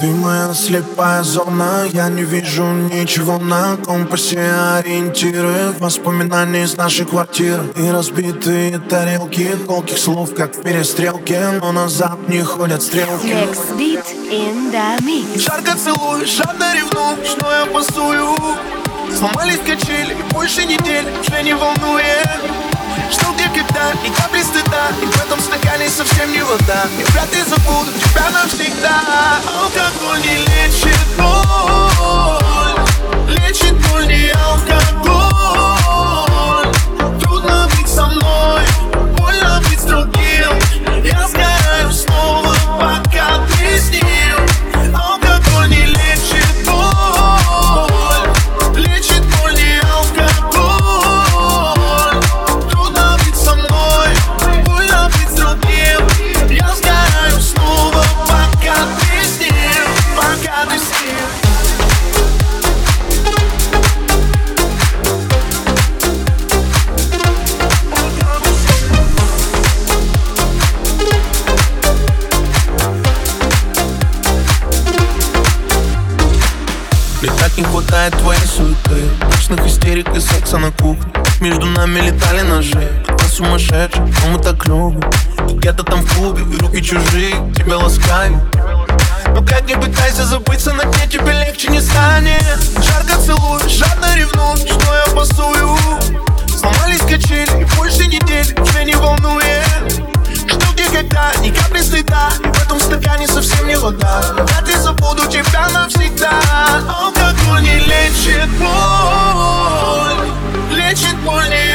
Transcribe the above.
Ты моя слепая зона, я не вижу ничего на компасе. Ориентиры воспоминания из нашей квартиры и разбитые тарелки, колких слов, как в перестрелке, но назад не ходят стрелки. Next beat in the mix. Жарко целуешь, жадно ревнуешь, но я пасую. Сломались качели и больше недель уже не волнует. Что где когда, ни капли стыда, и в этом стакане совсем не вода. И вряд ли забуду тебя навсегда. Алкоголь не лечит боль, лечит боль не алкоголь. Трудно быть со мной, больно быть с другим. Я сгораю снова, пока ты с ним. Алкоголь не лечит боль, лечит боль не алкоголь. Трудно быть со мной, больно быть с другим. Я сгораю снова, пока ты с ним, пока ты с ним. Мне так не хватает твоей суеты, ночных истерик и секса на кухне. Между нами летали ножи, два сумасшедших, но мы так любим. Где-то там в клубе, и руки чужие тебя ласкают. Но как не пытайся забыться, на дне тебе легче не станет. Жарко целуешь, жадно ревнуешь, что я пасую. Сломались качели, и больше недель уже не волнует. Что где когда, ни капли стыда, и в этом стакане совсем не вода. Вряд ли забуду тебя навсегда. Алкоголь не лечит боль, лечит боль не